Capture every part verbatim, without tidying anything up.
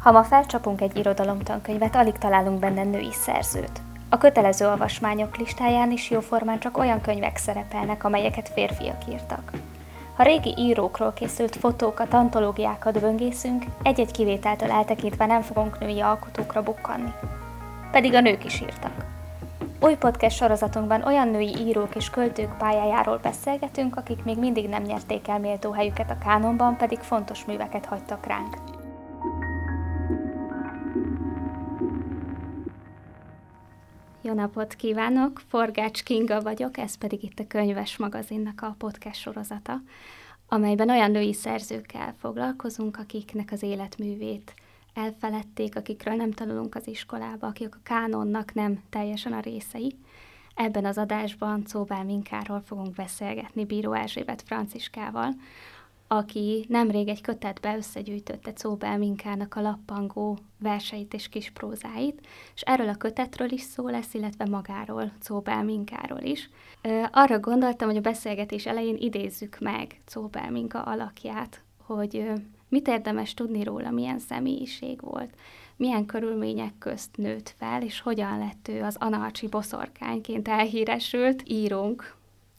Ha ma felcsapunk egy irodalomtankönyvet, alig találunk benne női szerzőt. A kötelező olvasmányok listáján is jóformán csak olyan könyvek szerepelnek, amelyeket férfiak írtak. Ha régi írókról készült fotókat, antológiákat böngészünk, egy-egy kivételtől eltekintve nem fogunk női alkotókra bukkanni. Pedig a nők is írtak. Új podcast sorozatunkban olyan női írók és költők pályájáról beszélgetünk, akik még mindig nem nyerték el méltó helyüket a kánonban, pedig fontos műveket hagytak ránk. Jó napot kívánok! Forgács Kinga vagyok, ez pedig itt a Könyves Magazinnak a podcast sorozata, amelyben olyan női szerzőkkel foglalkozunk, akiknek az életművét elfeledték, akikről nem tanulunk az iskolába, akik a kánonnak nem teljesen a részei. Ebben az adásban Czóbel Minkáról fogunk beszélgetni Bíró Erzsébet Franciskával, aki nemrég egy kötetbe összegyűjtötte Czóbel Minkának a lappangó verseit és kisprózáit, és erről a kötetről is szó lesz, illetve magáról, Czóbel Minkáról is. Arra gondoltam, hogy a beszélgetés elején idézzük meg Czóbel Minka alakját, hogy mit érdemes tudni róla, milyen személyiség volt, milyen körülmények közt nőtt fel, és hogyan lett ő az analcsi boszorkányként elhíresült írónk.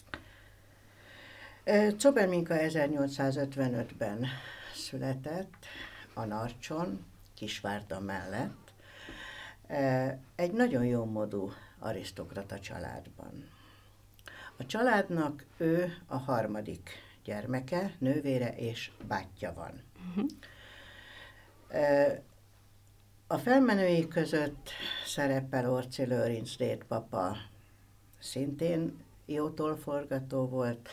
Czóbel Minka ezernyolcszázötvenötben született Anarcson, Kisvárda mellett, egy nagyon jómódú arisztokrata családban. A családnak ő a harmadik gyermeke, nővére és bátyja van. Uh-huh. A felmenői között szerepel Orczy Lőrinc dédpapa, szintén jó tollforgató volt.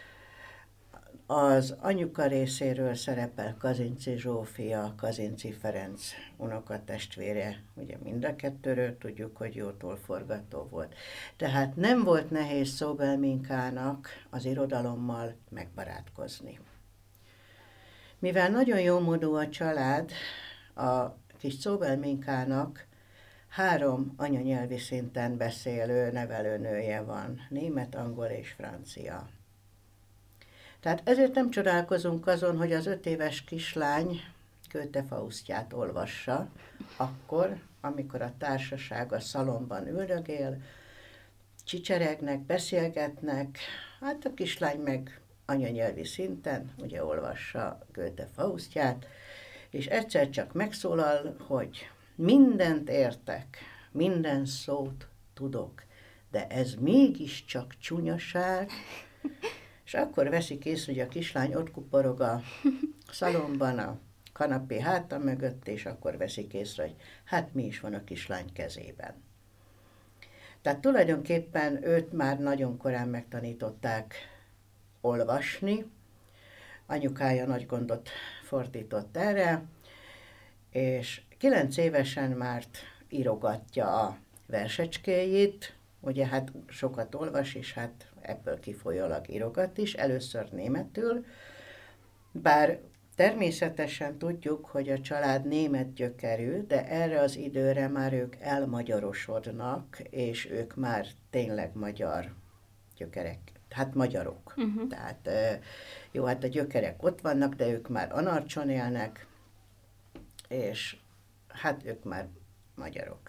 Az anyuka részéről szerepel Kazinczy Zsófia, Kazinczy Ferenc unokatestvére, ugye mind a kettőről tudjuk, hogy jó tollforgató volt. Tehát nem volt nehéz Czóbel Minkának az irodalommal megbarátkozni. Mivel nagyon jómódú a család, a kis Czóbel Minkának három anyanyelvi szinten beszélő nevelőnője van, német, angol és francia. Tehát ezért nem csodálkozunk azon, hogy az öt éves kislány Goethe Faustját olvassa, akkor, amikor a társaság a szalonban üldögél, csicseregnek, beszélgetnek, hát a kislány meg anyanyelvi szinten, ugye olvassa Goethe Faustját, és egyszer csak megszólal, hogy mindent értek, minden szót tudok, de ez mégiscsak csúnyaság. És akkor veszik észre, hogy a kislány ott kuporog a szalomban, a kanapé háta mögött, és akkor veszik észre, hogy hát mi is van a kislány kezében. Tehát tulajdonképpen őt már nagyon korán megtanították olvasni, anyukája nagy gondot fordított erre, és kilenc évesen már írogatja a versecskéjét, ugye hát sokat olvas, és hát ebből kifolyólag írogat is, először németül, bár természetesen tudjuk, hogy a család német gyökerű, de erre az időre már ők elmagyarosodnak, és ők már tényleg magyar gyökerek, hát magyarok. Uh-huh. Tehát jó, hát a gyökerek ott vannak, de ők már Anarcson élnek, és hát ők már magyarok.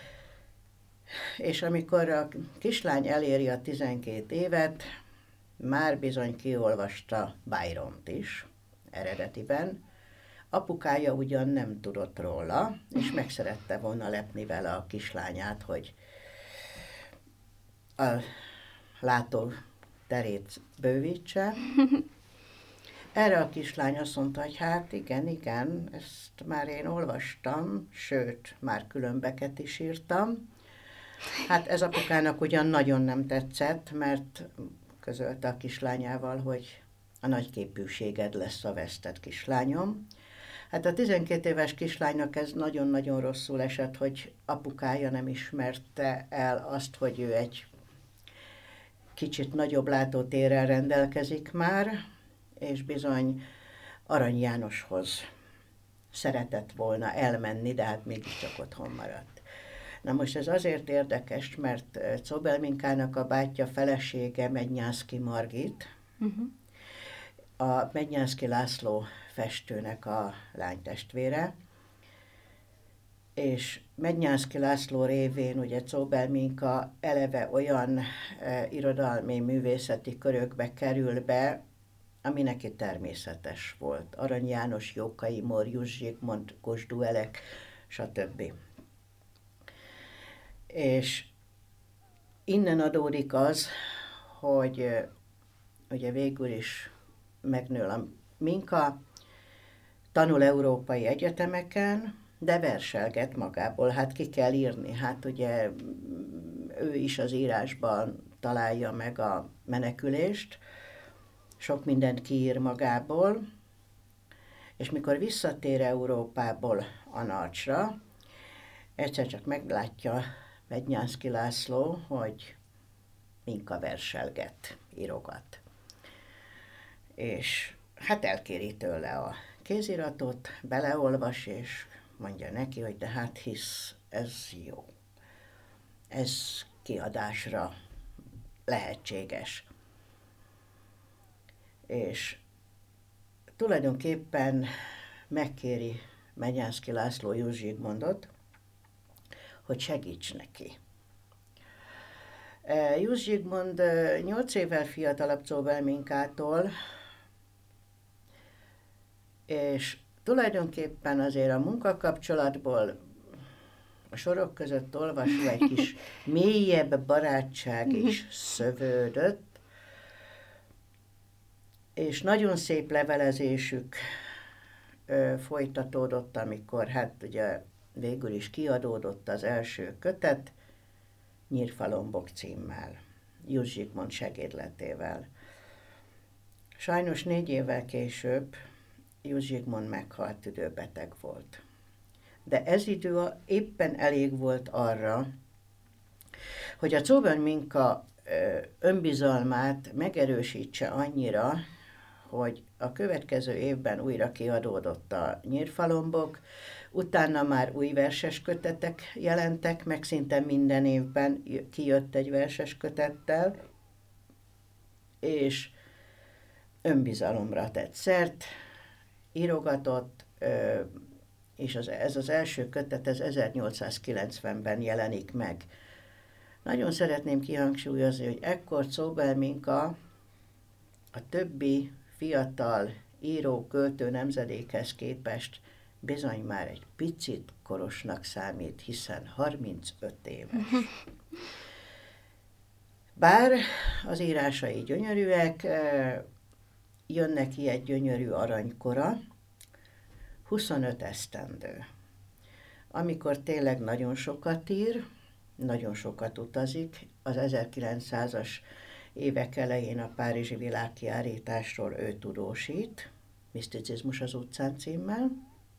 És amikor a kislány eléri a tizenkét évet, már bizony kiolvasta Byront is, eredetiben. Apukája ugyan nem tudott róla, és meg szerette volna lepni vele a kislányát, hogy a látó terét bővítse. Erre a kislány azt mondta, hogy hát igen, igen, ezt már én olvastam, sőt, már különbeket is írtam. Hát ez apukának ugyan nagyon nem tetszett, mert közölte a kislányával, hogy a nagyképűséged lesz a vesztett kislányom. Hát a tizenkét éves kislánynak ez nagyon-nagyon rosszul esett, hogy apukája nem ismerte el azt, hogy ő egy kicsit nagyobb látótérrel rendelkezik már, és bizony Arany Jánoshoz szeretett volna elmenni, de hát mégiscsak otthon maradt. Na most ez azért érdekes, mert Czóbel Minkának a bátyja felesége Mednyánszky Margit, uh-huh. a Mednyánszky László festőnek a lánytestvére, és Mednyánszky László révén ugye Czóbel Minka eleve olyan e, irodalmi, művészeti körökbe kerül be, ami neki természetes volt. Arany János, Jókai Mór, Juss Zsigmond, Kossuth Elek, stb. És innen adódik az, hogy ugye végül is megnő a Minka, tanul európai egyetemeken, de verselget magából. Hát ki kell írni, hát ugye ő is az írásban találja meg a menekülést, sok mindent kiír magából, és mikor visszatér Európából a Narcsra, egyszer csak meglátja Mednyánszky László, hogy Minka verselget, írogat. És hát elkéri tőle a kéziratot, beleolvas, és mondja neki, hogy de hát hisz, ez jó. Ez kiadásra lehetséges. És tulajdonképpen megkéri Mednyánszky László Juss Zsigmondot, hogy segíts neki. Juss Zsigmond nyolc évvel fiatalabb Czóbel Minkától, és tulajdonképpen azért a munkakapcsolatból a sorok között olvasva egy kis mélyebb barátság is szövődött, és nagyon szép levelezésük ö, folytatódott, amikor hát ugye végül is kiadódott az első kötet, Nyírfalombok címmel, Juss Zsigmond segédletével. Sajnos négy évvel később Juss Zsigmond meghalt, tüdőbeteg volt. De ez idő éppen elég volt arra, hogy a Czóbel Minka önbizalmát megerősítse annyira, hogy a következő évben újra kiadódott a Nyírfalombok, utána már új verses kötetek jelentek, meg szinte minden évben kijött egy verses kötettel, és önbizalomra tett szert, írogatott, és az, ez az első kötet, ez ezernyolcszázkilencvenben jelenik meg. Nagyon szeretném kihangsúlyozni, hogy ekkor Czóbel Minka a többi fiatal író, költő nemzedékhez képest bizony már egy picit korosnak számít, hiszen harmincöt éves. Bár az írásai gyönyörűek, jön neki egy gyönyörű aranykora, huszonöt esztendő, amikor tényleg nagyon sokat ír, nagyon sokat utazik. Az ezerkilencszázas évek elején a Párizsi világkiállításról ő tudósít, Miszticizmus az utcán címmel,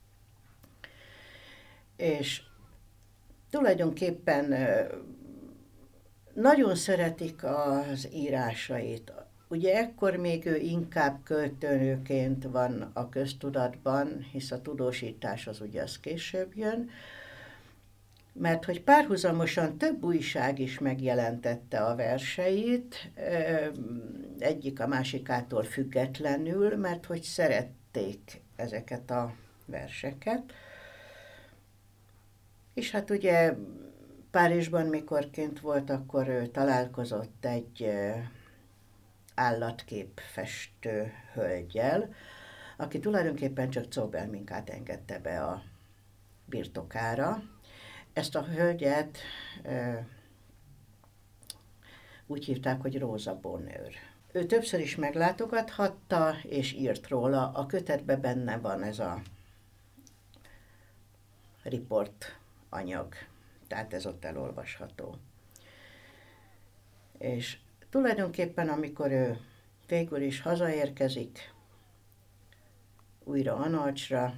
és tulajdonképpen nagyon szeretik az írásait. Ugye ekkor még ő inkább költőnőként van a köztudatban, hisz a tudósítás az ugye az később jön, mert hogy párhuzamosan több újság is megjelentette a verseit, egyik a másikától függetlenül, mert hogy szerették ezeket a verseket. És hát ugye Párizsban, mikor kint volt, akkor ő találkozott egy állatképfestő hölggyel, aki tulajdonképpen csak Czóbel Minkát engedte be a birtokára. Ezt a hölgyet e, úgy hívták, hogy Róza Bonheur. Ő többször is meglátogathatta, és írt róla. A kötetben benne van ez a riport anyag, tehát ez ott elolvasható. És tulajdonképpen, amikor ő végül is hazaérkezik, újra a Narcsra,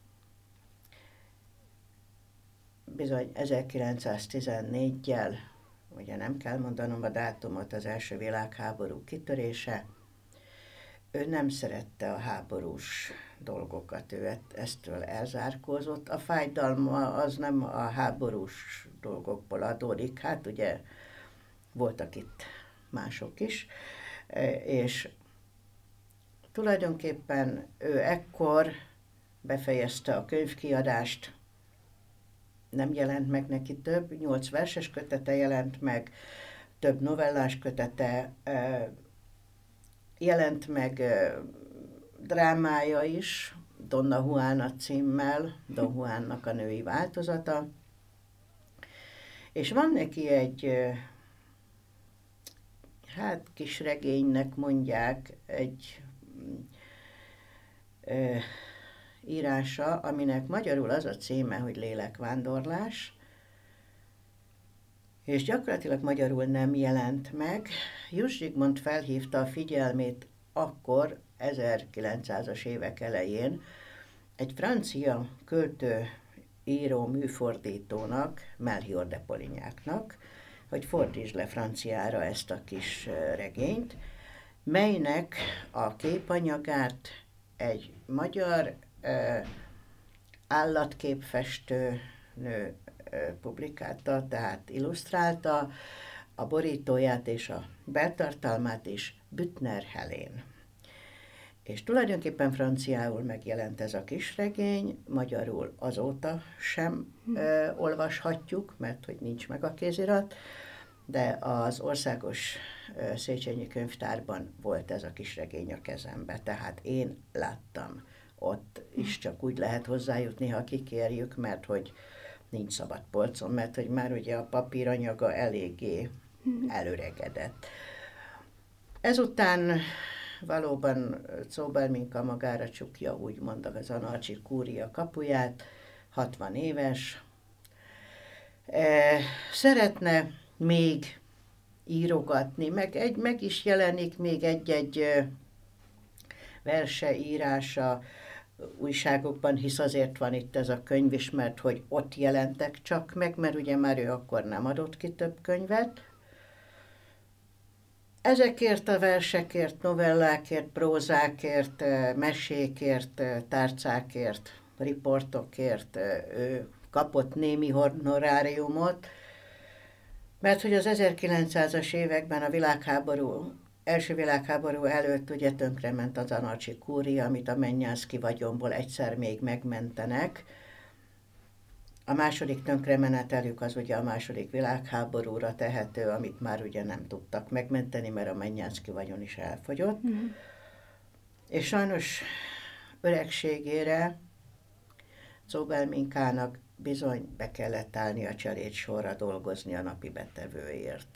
bizony ezerkilencszáztizennégyel, ugye nem kell mondanom a dátumot, az első világháború kitörése, ő nem szerette a háborús dolgokat, ő eztől elzárkózott. A fájdalma az nem a háborús dolgokból adódik, hát ugye voltak itt mások is, és tulajdonképpen ő ekkor befejezte a könyvkiadást, nem jelent meg neki több, nyolc verses kötete jelent meg, több novellás kötete, jelent meg drámája is, Donna Juana címmel, Don Juannak a női változata, és van neki egy, hát kis regénynek mondják, egy ö, írása, aminek magyarul az a címe, hogy Lélekvándorlás, és gyakorlatilag magyarul nem jelent meg. Juss Zsigmond felhívta a figyelmét akkor, ezerkilencszázas évek elején, egy francia költő, író, műfordítónak, Melchior de Polignac-nak, hogy fordítsd le franciára ezt a kis regényt, melynek a képanyagát egy magyar uh, állatképfestő nő uh, publikálta, tehát illusztrálta, a borítóját és a beltartalmát is Büttner Helén. És tulajdonképpen franciául megjelent ez a kis regény, magyarul azóta sem ö, olvashatjuk, mert hogy nincs meg a kézirat, de az Országos ö, Széchenyi Könyvtárban volt ez a kis regény a kezembe, tehát én láttam. Ott is csak úgy lehet hozzájutni, ha kikérjük, mert hogy nincs szabad polcon, mert hogy már ugye a papíranyaga eléggé előregedett. Ezután valóban Czóbel-Minka magára csukja, úgymond az Anarcsi Kúria kapuját, hatvan éves. Szeretne még írogatni, meg, egy, meg is jelenik még egy-egy verse írása újságokban, hisz azért van itt ez a könyv is, mert hogy ott jelentek csak meg, mert ugye már ő akkor nem adott ki több könyvet. Ezekért a versekért, novellákért, prózákért, mesékért, tárcákért, riportokért ő kapott némi honoráriumot, mert hogy az ezerkilencszázas években a világháború, első világháború előtt ugye tönkrement az Anarcsi Kúria, amit a Mennyánszky vagyonból egyszer még megmentenek. A második tönkremenetelük az ugye a második világháborúra tehető, amit már ugye nem tudtak megmenteni, mert a Mennyánszky vagyon is elfogyott. Mm. És sajnos öregségére Czóbel-Minkának bizony be kellett állni a cselédsorra dolgozni a napi betevőért.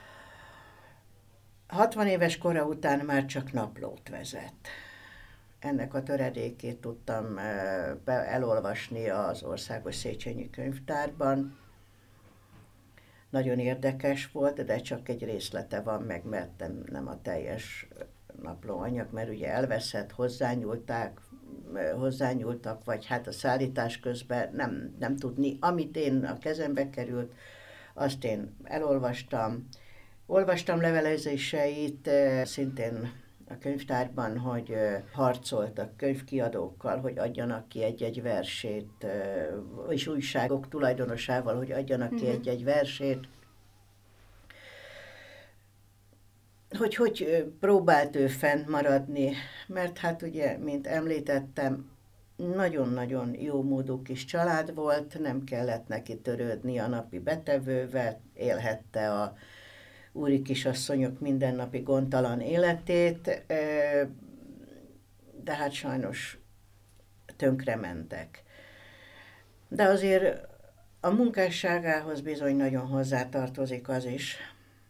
hatvan éves kora után már csak naplót vezet. Ennek a töredékét tudtam elolvasni az Országos Széchenyi Könyvtárban. Nagyon érdekes volt, de csak egy részlete van meg, mert nem, nem a teljes naplóanyag, mert ugye elveszett, hozzányúlták, hozzányúltak, vagy hát a szállítás közben nem, nem tudni. Amit én a kezembe került, azt én elolvastam. Olvastam levelezéseit, szintén a könyvtárban, hogy harcoltak könyvkiadókkal, hogy adjanak ki egy-egy versét, és újságok tulajdonosával, hogy adjanak ki egy-egy versét. Hogy hogy próbált ő fent maradni, mert hát ugye, mint említettem, nagyon-nagyon jó módú kis család volt, nem kellett neki törődni a napi betevővel, élhette a úri kisasszonyok mindennapi gondtalan életét, de hát sajnos tönkrementek. De azért a munkásságához bizony nagyon hozzátartozik az is,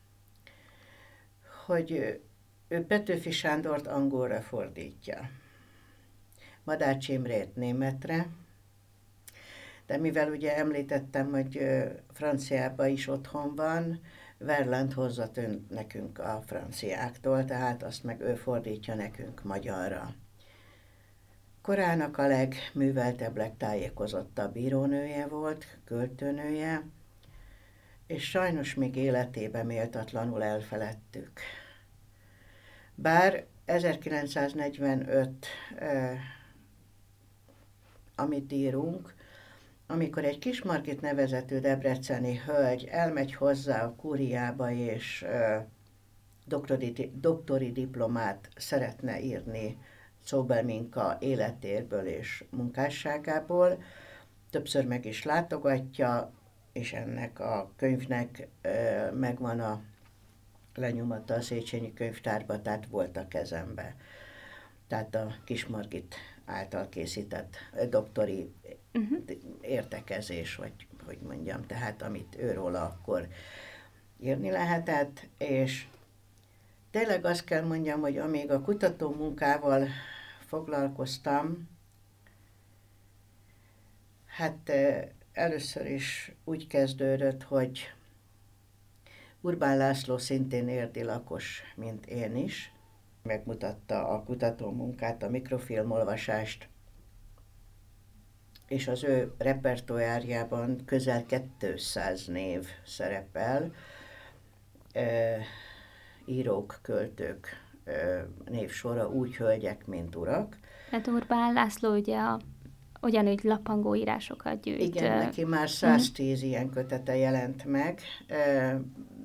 hogy ő Petőfi Sándort angolra fordítja, Madács Imrét németre, de mivel ugye említettem, hogy franciában is otthon van, Verlaine hozza nekünk a franciáktól, tehát azt meg ő fordítja nekünk magyarra. Korának a legműveltebb, legtájékozottabb írónője volt, költőnője, és sajnos még életében méltatlanul elfeledtük. Bár ezerkilencszáznegyvenöt, eh, amit írunk, amikor egy Kismargit nevezetű debreceni hölgy elmegy hozzá a kúriába, és uh, doktori, doktori diplomát szeretne írni Czóbel-Minka életérből és munkásságából, többször meg is látogatja, és ennek a könyvnek ö, megvan a lenyomata a Széchenyi Könyvtárba, tehát volt a kezembe. Tehát a Kis Margit által készített doktori uh-huh. értekezés, vagy hogy mondjam, tehát amit őróla akkor írni lehetett, és tényleg azt kell mondjam, hogy amíg a kutató munkával foglalkoztam, hát először is úgy kezdődött, hogy Urbán László szintén érdi lakos, mint én is, megmutatta a kutató munkát, a mikrofilmolvasást, és az ő repertoárjában közel kétszáz név szerepel, e, írók, költők e, névsora, úgy hölgyek, mint urak. Hát Urbán László ugye a, ugyanúgy lappangó írásokat gyűjt. Igen, neki már száztíz mm. ilyen kötete jelent meg, e,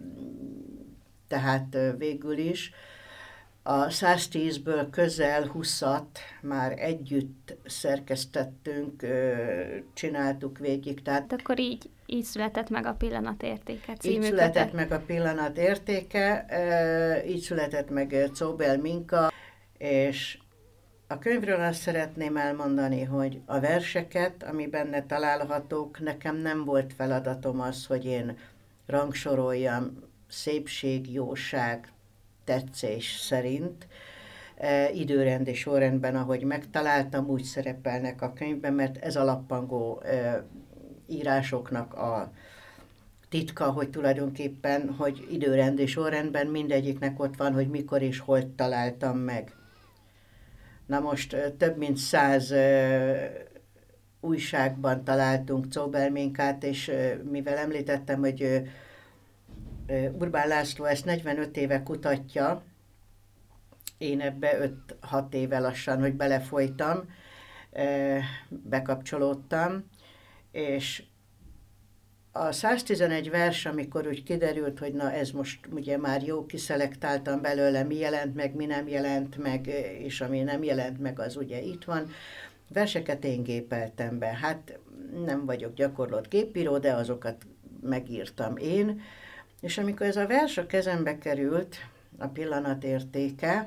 tehát végül is a száztízből közel húszat már együtt szerkesztettünk, csináltuk végig. Tehát akkor így, így született meg a Pillanat értéke című Így született kötet. meg a Pillanat értéke, így született meg Czóbel Minka, és a könyvről azt szeretném elmondani, hogy a verseket, ami benne találhatók, nekem nem volt feladatom az, hogy én rangsoroljam szépség, jóság, tetszés szerint, e, időrendi sorrendben, ahogy megtaláltam, úgy szerepelnek a könyvben, mert ez a lappangó e, írásoknak a titka, hogy tulajdonképpen, hogy időrendi sorrendben mindegyiknek ott van, hogy mikor és hol találtam meg. Na most e, több mint száz e, újságban találtunk Czóbel Minkát, és e, mivel említettem, hogy e, Urbán László ezt negyvenöt éve kutatja, én ebbe öt-hat éve lassan, hogy belefolytam, bekapcsolódtam, és a száztizenegy vers, amikor úgy kiderült, hogy na ez most ugye már jó, kiszelektáltam belőle, mi jelent meg, mi nem jelent meg, és ami nem jelent meg, az ugye itt van. Verseket én gépeltem be. Hát nem vagyok gyakorlott gépíró, de azokat megírtam én. És amikor ez a vers a kezembe került, a Pillanat értéke,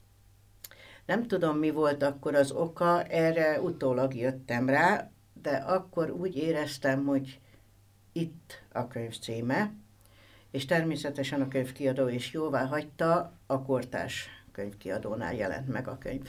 nem tudom, mi volt akkor az oka, erre utólag jöttem rá, de akkor úgy éreztem, hogy itt a könyv címe, és természetesen a könyvkiadó is jóvá hagyta, a Kortárs könyvkiadónál jelent meg a könyv.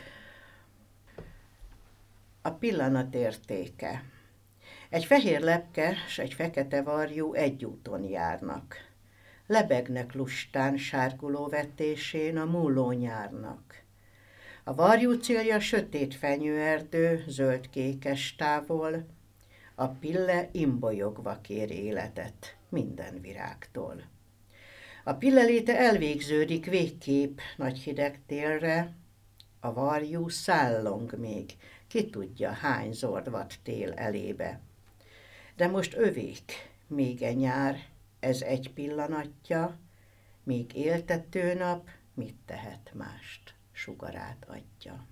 A Pillanat értéke. Egy fehér lepke s egy fekete varjú egy úton járnak. Lebegnek lustán sárguló vetésén a múló nyárnak. A varjú célja sötét fenyőerdő, zöld-kékes távol, a pille imbolyogva kér életet minden virágtól. A pille léte elvégződik végképp nagy hideg télre, a varjú szállong még, ki tudja hány zordvat tél elébe. De most övék, még egy nyár, ez egy pillanatja, míg éltető nap, mit tehet mást, sugarát adja.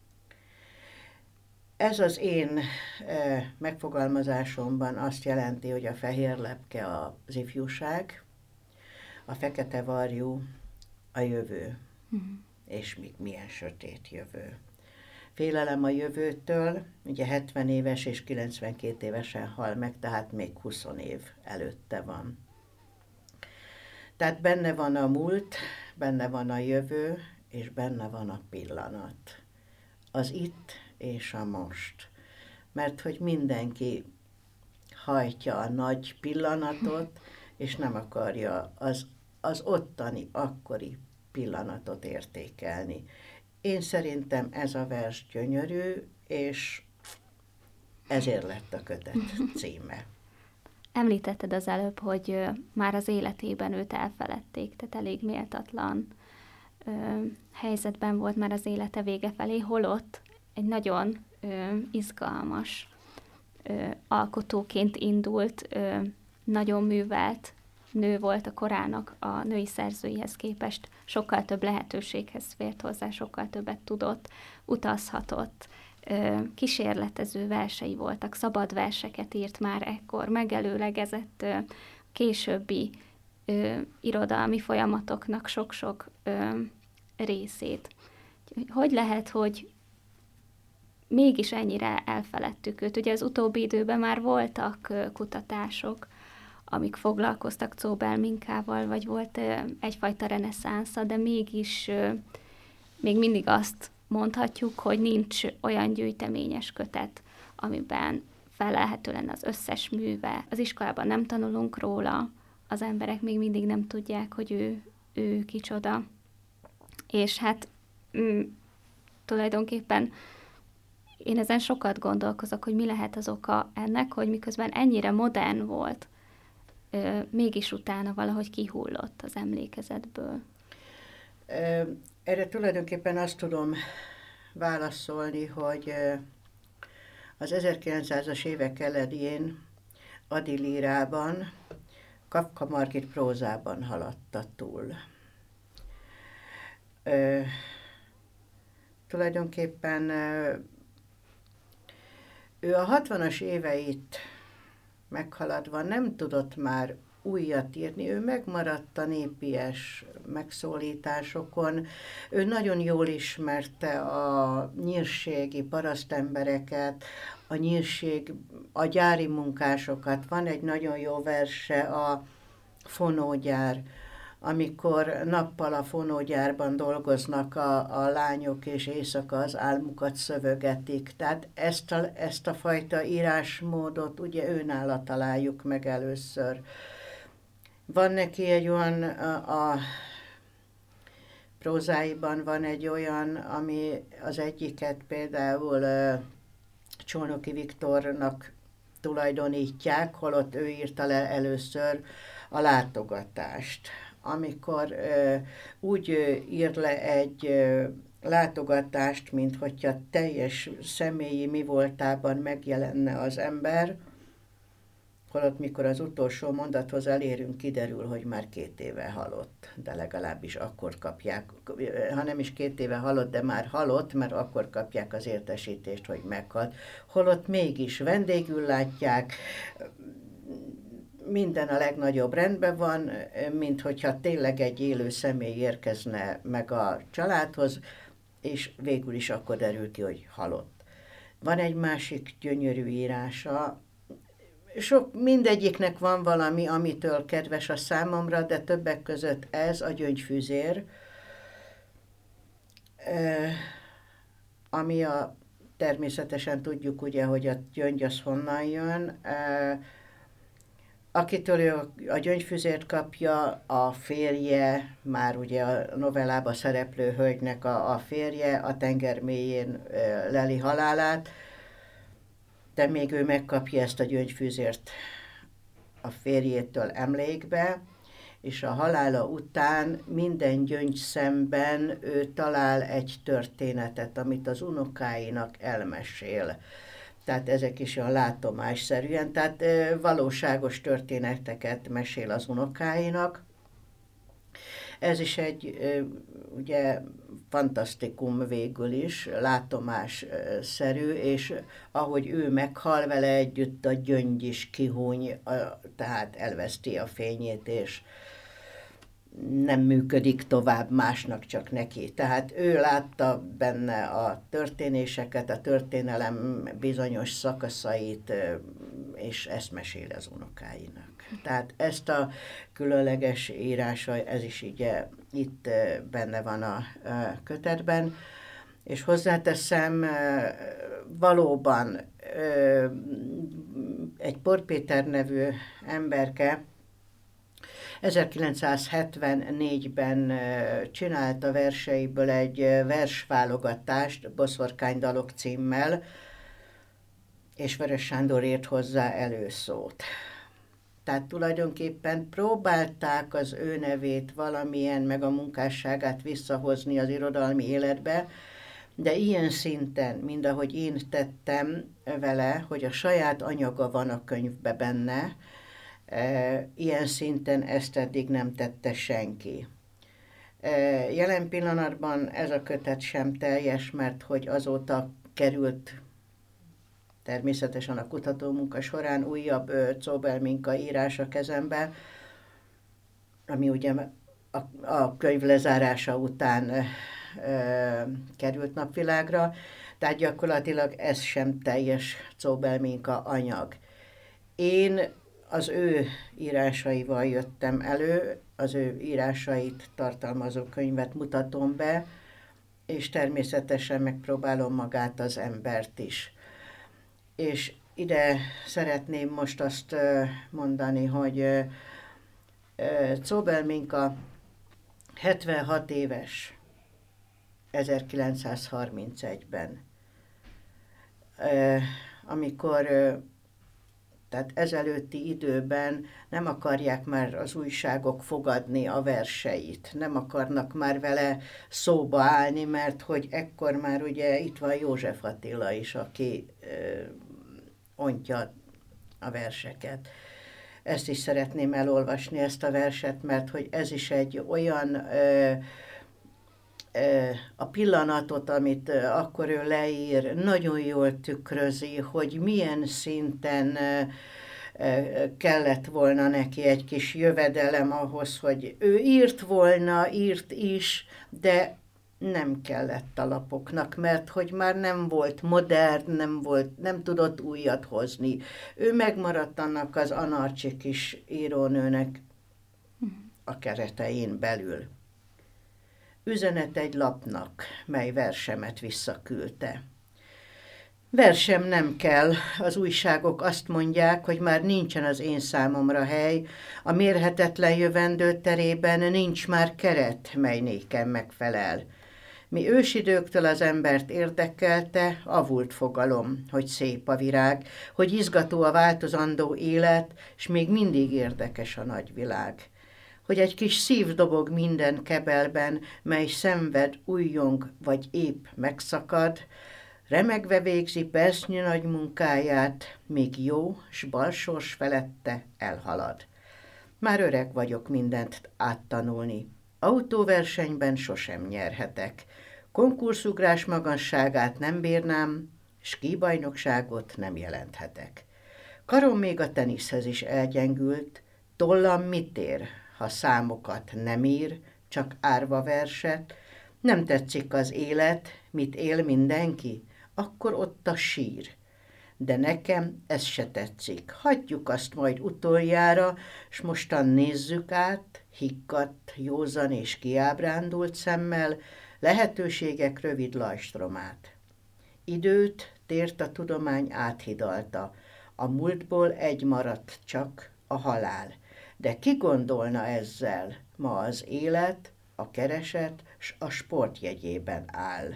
Ez az én e, megfogalmazásomban azt jelenti, hogy a fehér lepke az ifjúság, a fekete varjú a jövő, uh-huh. és még milyen sötét jövő. Félelem a jövőtől, ugye hetven éves és kilencvenkét évesen hal meg, tehát még húsz év előtte van. Tehát benne van a múlt, benne van a jövő, és benne van a pillanat. Az itt és a most. Mert hogy mindenki hajtja a nagy pillanatot, és nem akarja az, az ottani, akkori pillanatot értékelni. Én szerintem ez a vers gyönyörű, és ezért lett a kötet címe. Említetted az előbb, hogy már az életében őt elfeledték, tehát elég méltatlan ö, helyzetben volt már az élete vége felé, holott egy nagyon ö, izgalmas ö, alkotóként indult, ö, nagyon művelt nő volt a korának a női szerzőihez képest, sokkal több lehetőséghez fért hozzá, sokkal többet tudott, utazhatott, kísérletező versei voltak, szabad verseket írt már ekkor, megelőlegezett későbbi irodalmi folyamatoknak sok-sok részét. Hogy lehet, hogy mégis ennyire elfeledtük őt? Ugye az utóbbi időben már voltak kutatások, amik foglalkoztak Czóbel-Minkával, vagy volt egyfajta reneszánsza, de mégis még mindig azt mondhatjuk, hogy nincs olyan gyűjteményes kötet, amiben felelhető lenne az összes műve. Az iskolában nem tanulunk róla, az emberek még mindig nem tudják, hogy ő, ő kicsoda. És hát mm, tulajdonképpen én ezen sokat gondolkozok, hogy mi lehet az oka ennek, hogy miközben ennyire modern volt, ö, mégis utána valahogy kihullott az emlékezetből. Erre tulajdonképpen azt tudom válaszolni, hogy az ezerkilencszázas évek elején Ady lírában, Kafka Margit prózában haladta túl. Ö, tulajdonképpen ö, ő a hatvanas éveit meghaladva nem tudott már újat írni, ő megmaradt a népies megszólításokon, ő nagyon jól ismerte a nyírségi parasztembereket, a nyírség, a gyári munkásokat. Van egy nagyon jó verse, a fonógyár, amikor nappal a fonógyárban dolgoznak a, a lányok, és éjszaka az álmukat szövögetik. Tehát ezt a, ezt a fajta írásmódot ugye őnála találjuk meg először. Van neki egy olyan, a, a prózáiban van egy olyan, ami az egyiket például uh, Csolnoki Viktornak tulajdonítják, holott ő írta le először a látogatást. Amikor uh, úgy uh, ír le egy uh, látogatást, mint hogyha teljes személyi mi voltában megjelenne az ember, holott mikor az utolsó mondathoz elérünk, kiderül, hogy már két éve halott, de legalábbis akkor kapják, ha nem is két éve halott, de már halott, mert akkor kapják az értesítést, hogy meghalt. Holott mégis vendégül látják, minden a legnagyobb rendben van, mint hogyha tényleg egy élő személy érkezne meg a családhoz, és végül is akkor derül ki, hogy halott. Van egy másik gyönyörű írása, sok, mindegyiknek van valami, amitől kedves a számomra, de többek között ez a Gyöngyfűzér, ami a, természetesen tudjuk ugye, hogy a gyöngy az honnan jön, akitől ő a Gyöngyfűzért kapja, a férje, már ugye a novellába szereplő hölgynek a, a férje, a tenger mélyén leli halálát, de még ő megkapja ezt a Gyöngyfűzért a férjétől emlékbe, és a halála után minden gyöngyszemben ő talál egy történetet, amit az unokáinak elmesél. Tehát ezek is olyan látomásszerűen, tehát valóságos történeteket mesél az unokáinak. Ez is egy ugye fantasztikum végül is, látomásszerű, és ahogy ő meghal vele együtt, a gyöngy is kihúny, tehát elveszti a fényét, és nem működik tovább másnak, csak neki. Tehát ő látta benne a történéseket, a történelem bizonyos szakaszait, és ezt mesél az unokáinak. Tehát ezt a különleges írása, ez is ugye itt benne van a kötetben, és hozzáteszem, valóban egy Por Péter nevű emberke ezerkilencszázhetvennégyben csinálta verseiből egy versválogatást, Boszorkánydalok címmel, és Vörös Sándor írt hozzá előszót. Tehát tulajdonképpen próbálták az ő nevét valamilyen, meg a munkásságát visszahozni az irodalmi életbe, de ilyen szinten, mind ahogy én tettem vele, hogy a saját anyaga van a könyvbe benne, ilyen szinten ezt eddig nem tette senki. Jelen pillanatban ez a kötet sem teljes, mert hogy azóta került természetesen a kutatómunka során újabb Czóbel Minka írás a kezembe, ami ugye a, a könyv lezárása után ö, került napvilágra, tehát gyakorlatilag ez sem teljes Czóbel Minka anyag. Én az ő írásaival jöttem elő, az ő írásait tartalmazó könyvet mutatom be, és természetesen megpróbálom magát az embert is. És ide szeretném most azt mondani, hogy Czóbel Minka hetvenhat éves ezerkilencszázharmincegyben, amikor tehát ezelőtti időben nem akarják már az újságok fogadni a verseit, nem akarnak már vele szóba állni, mert hogy ekkor már ugye itt van József Attila is, aki ö, ontja a verseket. Ezt is szeretném elolvasni, ezt a verset, mert hogy ez is egy olyan ö, ö, a pillanatot, amit ö, akkor ő leír, nagyon jól tükrözi, hogy milyen szinten ö, ö, kellett volna neki egy kis jövedelem ahhoz, hogy ő írt volna, írt is, de nem kellett a lapoknak, mert hogy már nem volt modern, nem, volt, nem tudott újat hozni. Ő megmaradt annak az anarcsi kis írónőnek a keretein belül. Üzenet egy lapnak, mely versemet visszaküldte. Versem nem kell, az újságok azt mondják, hogy már nincsen az én számomra hely, a mérhetetlen jövendő terében nincs már keret, mely nékem megfelel. Mi ősidőktől az embert érdekelte, avult fogalom, hogy szép a virág, hogy izgató a változandó élet, s még mindig érdekes a nagyvilág. Hogy egy kis szív dobog minden kebelben, mely szenved, újjong vagy épp megszakad, remegve végzi percnyi nagy munkáját, még jó, s balsors felette elhalad. Már öreg vagyok mindent áttanulni, autóversenyben sosem nyerhetek, konkursugrás magasságát nem bírnám, skibajnokságot nem jelenthetek. Karom még a teniszhez is elgyengült, tollam mit ér, ha számokat nem ír, csak árva verset, nem tetszik az élet, mit él mindenki, akkor ott a sír. De nekem ez se tetszik, hagyjuk azt majd utoljára, s mostan nézzük át, higgadt, józan és kiábrándult szemmel, lehetőségek rövid lajstromát. Időt, tért a tudomány áthidalta, a múltból egy maradt csak, a halál. De ki gondolna ezzel, ma az élet, a kereset, s a sport jegyében áll.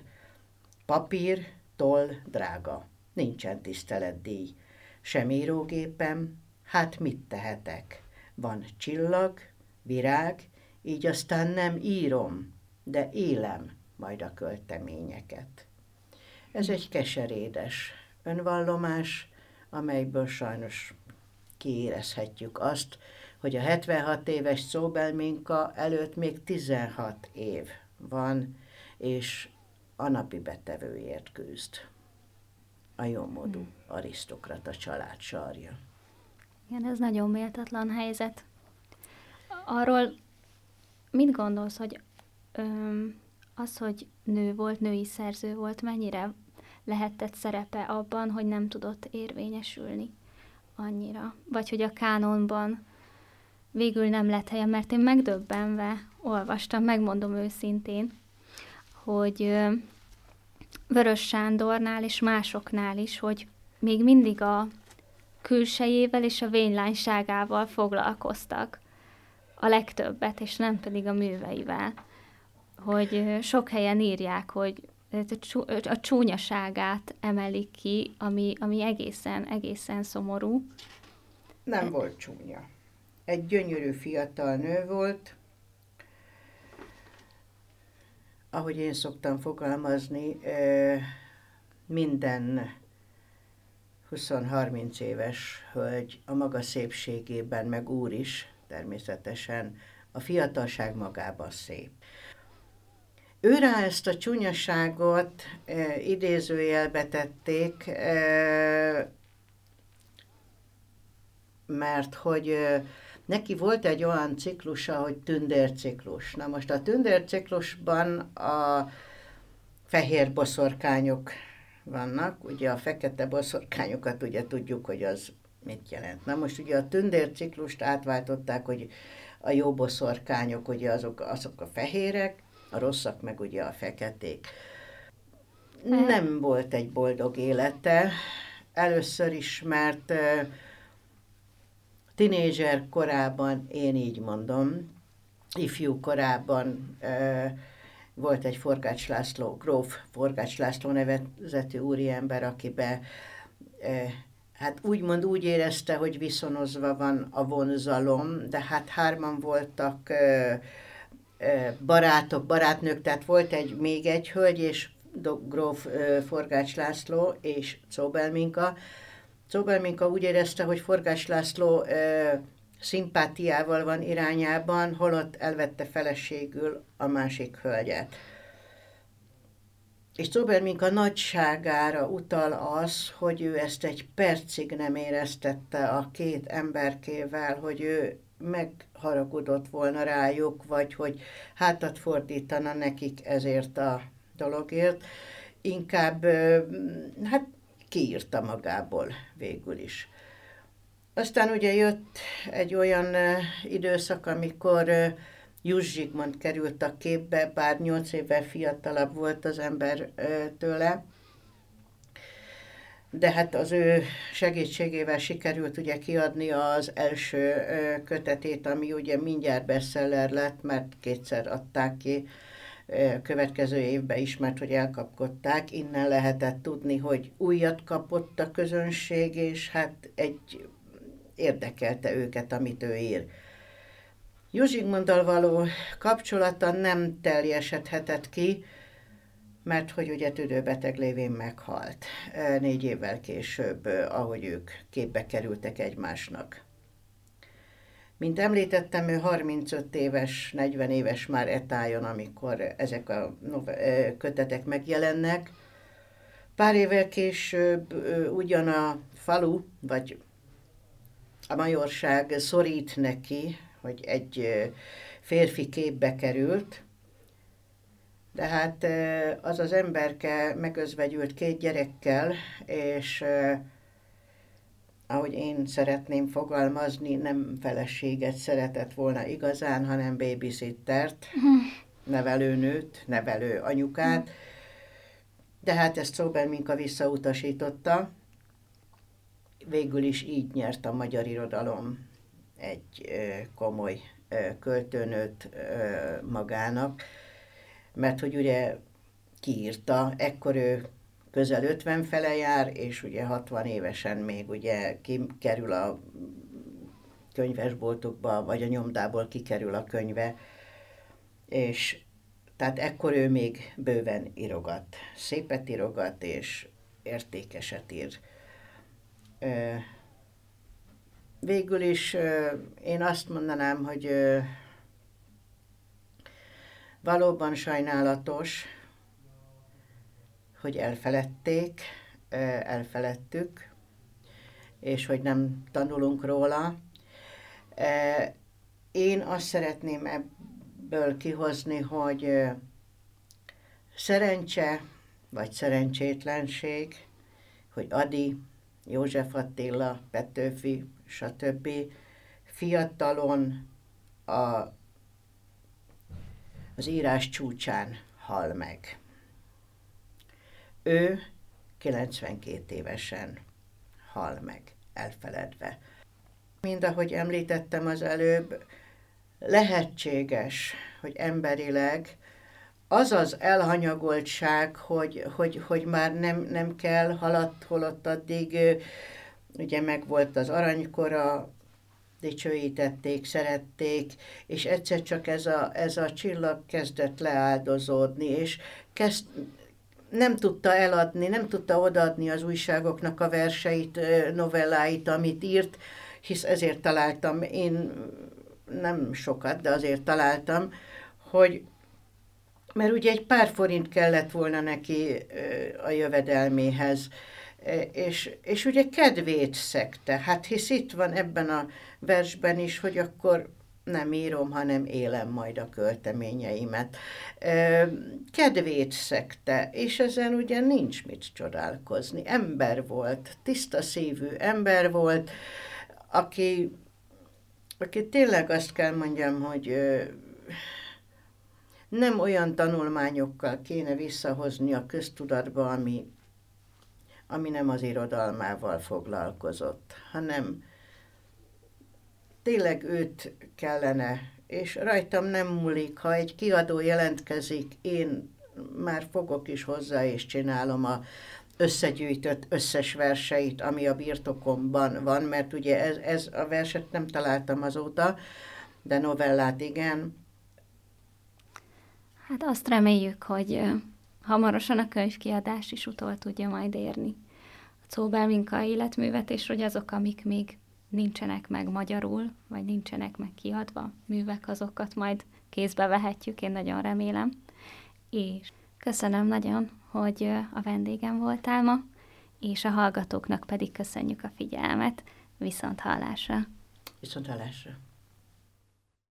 Papír, toll, drága, nincsen tiszteletdíj. Sem írógépem, hát mit tehetek? Van csillag, virág, így aztán nem írom, de élem majd a költeményeket. Ez egy keserédes önvallomás, amelyből sajnos kiérezhetjük azt, hogy a hetvenhat éves Czóbel Minka előtt még tizenhat év van, és a napi betevőért küzd. A jómódú arisztokrata család sarja. Igen, ez nagyon méltatlan helyzet. Arról mit gondolsz, hogy öm, az, hogy nő volt, női szerző volt, mennyire lehetett szerepe abban, hogy nem tudott érvényesülni annyira? Vagy hogy a kánonban végül nem lett helye, mert én megdöbbenve olvastam, megmondom őszintén, hogy Vörös Sándornál és másoknál is, hogy még mindig a külsejével és a vénylányságával foglalkoztak a legtöbbet, és nem pedig a műveivel. Hogy sok helyen írják, hogy a csúnyaságát emelik ki, ami, ami egészen, egészen szomorú. Nem volt csúnya. Egy gyönyörű fiatal nő volt, ahogy én szoktam fogalmazni, minden húsz-harminc éves hölgy a maga szépségében, meg úr is természetesen, a fiatalság magában szép. Őrá ezt a csúnyaságot e, idézőjelbe tették, e, mert hogy e, neki volt egy olyan ciklusa, hogy tündérciklus. Na most a tündérciklusban a fehér boszorkányok vannak, ugye a fekete boszorkányokat ugye tudjuk, hogy az mit jelent. Na most ugye a tündérciklust átváltották, hogy a jó boszorkányok ugye azok, azok a fehérek, a rosszak meg ugye a feketék. Nem volt egy boldog élete. Először is, mert uh, tinédzser korában, én így mondom, ifjú korában uh, volt egy Forgács László, gróf Forgács László nevezetű úriember, akibe uh, hát úgymond úgy érezte, hogy viszonozva van a vonzalom, de hát hárman voltak uh, barátok, barátnők, tehát volt egy, még egy hölgy, és gróf Forgács László és Czóbel-Minka. Czóbel-Minka úgy érezte, hogy Forgács László ö, szimpátiával van irányában, holott elvette feleségül a másik hölgyet. És Czóbel-Minka nagyságára utal az, hogy ő ezt egy percig nem éreztette a két emberkével, hogy ő megharagudott volna rájuk, vagy hogy hátat fordítana nekik ezért a dologért. Inkább hát kiírta magából végül is. Aztán ugye jött egy olyan időszak, amikor Juss Zsigmond került a képbe, bár nyolc évvel fiatalabb volt az ember tőle, de hát az ő segítségével sikerült ugye kiadni az első kötetét, ami ugye mindjárt bestseller lett, mert kétszer adták ki, következő évben is, mert hogy elkapkodták. Innen lehetett tudni, hogy újat kapott a közönség, és hát egy érdekelte őket, amit ő ír. Juss Zsigmonddal való kapcsolata nem teljesedhetett ki, mert hogy ugye tüdőbeteg lévén meghalt négy évvel később, ahogy ők képbe kerültek egymásnak. Mint említettem, ő harmincöt éves, negyven éves már etájon, amikor ezek a kötetek megjelennek. Pár évvel később ugyan a falu, vagy a majorság szorít neki, hogy egy férfi képbe került, de hát az az emberke megözvegyült két gyerekkel, és ahogy én szeretném fogalmazni, nem feleséget szeretett volna igazán, hanem babysittert, nevelőnőt, nevelő anyukát, de hát ezt Czóbel-Minka visszautasította. Végül is így nyert a magyar irodalom egy komoly költőnőt magának, mert hogy ugye kiírta, ekkor ő közel ötven fele jár, és ugye hatvan évesen még ugye kikerül a könyvesboltokba, vagy a nyomdából kikerül a könyve, és tehát ekkor ő még bőven írogat. Szépet írogat, és értékeset ír. Végül is én azt mondanám, hogy valóban sajnálatos, hogy elfeledték, elfeledtük, és hogy nem tanulunk róla. Én azt szeretném ebből kihozni, hogy szerencse, vagy szerencsétlenség, hogy Ady, József Attila, Petőfi, stb. Fiatalon a, az írás csúcsán hal meg. Ő kilencvenkét évesen hal meg, elfeledve. Mind ahogy említettem az előbb, lehetséges, hogy emberileg az az elhanyagoltság, hogy, hogy, hogy már nem, nem kell, haladt, holott addig, ugye megvolt az aranykora, dicsőítették, szerették, és egyszer csak ez a, ez a csillag kezdett leáldozódni, és kezd, nem tudta eladni, nem tudta odaadni az újságoknak a verseit, novelláit, amit írt, hisz ezért találtam, én nem sokat, de azért találtam, hogy mert ugye egy pár forint kellett volna neki a jövedelméhez, és, és ugye kedvét szegte. Hát hisz itt van ebben a versben is, hogy akkor nem írom, hanem élem majd a költeményeimet. Kedvét szegte, és ezen ugye nincs mit csodálkozni. Ember volt, tiszta szívű ember volt, aki, aki tényleg azt kell mondjam, hogy nem olyan tanulmányokkal kéne visszahozni a köztudatba, ami, ami nem az irodalmával foglalkozott, hanem tényleg őt kellene, és rajtam nem múlik, ha egy kiadó jelentkezik, én már fogok is hozzá, és csinálom a összegyűjtött összes verseit, ami a birtokomban van, mert ugye ez, ez a verset nem találtam azóta, de novellát igen. Hát azt reméljük, hogy hamarosan a könyvkiadás is utol tudja majd érni a Czóbel Minka életművet, és hogy azok, amik még nincsenek meg magyarul, vagy nincsenek meg kiadva művek, azokat majd kézbe vehetjük, én nagyon remélem. És köszönöm nagyon, hogy a vendégem voltál ma, és a hallgatóknak pedig köszönjük a figyelmet. Viszont hallásra! Viszont hallásra!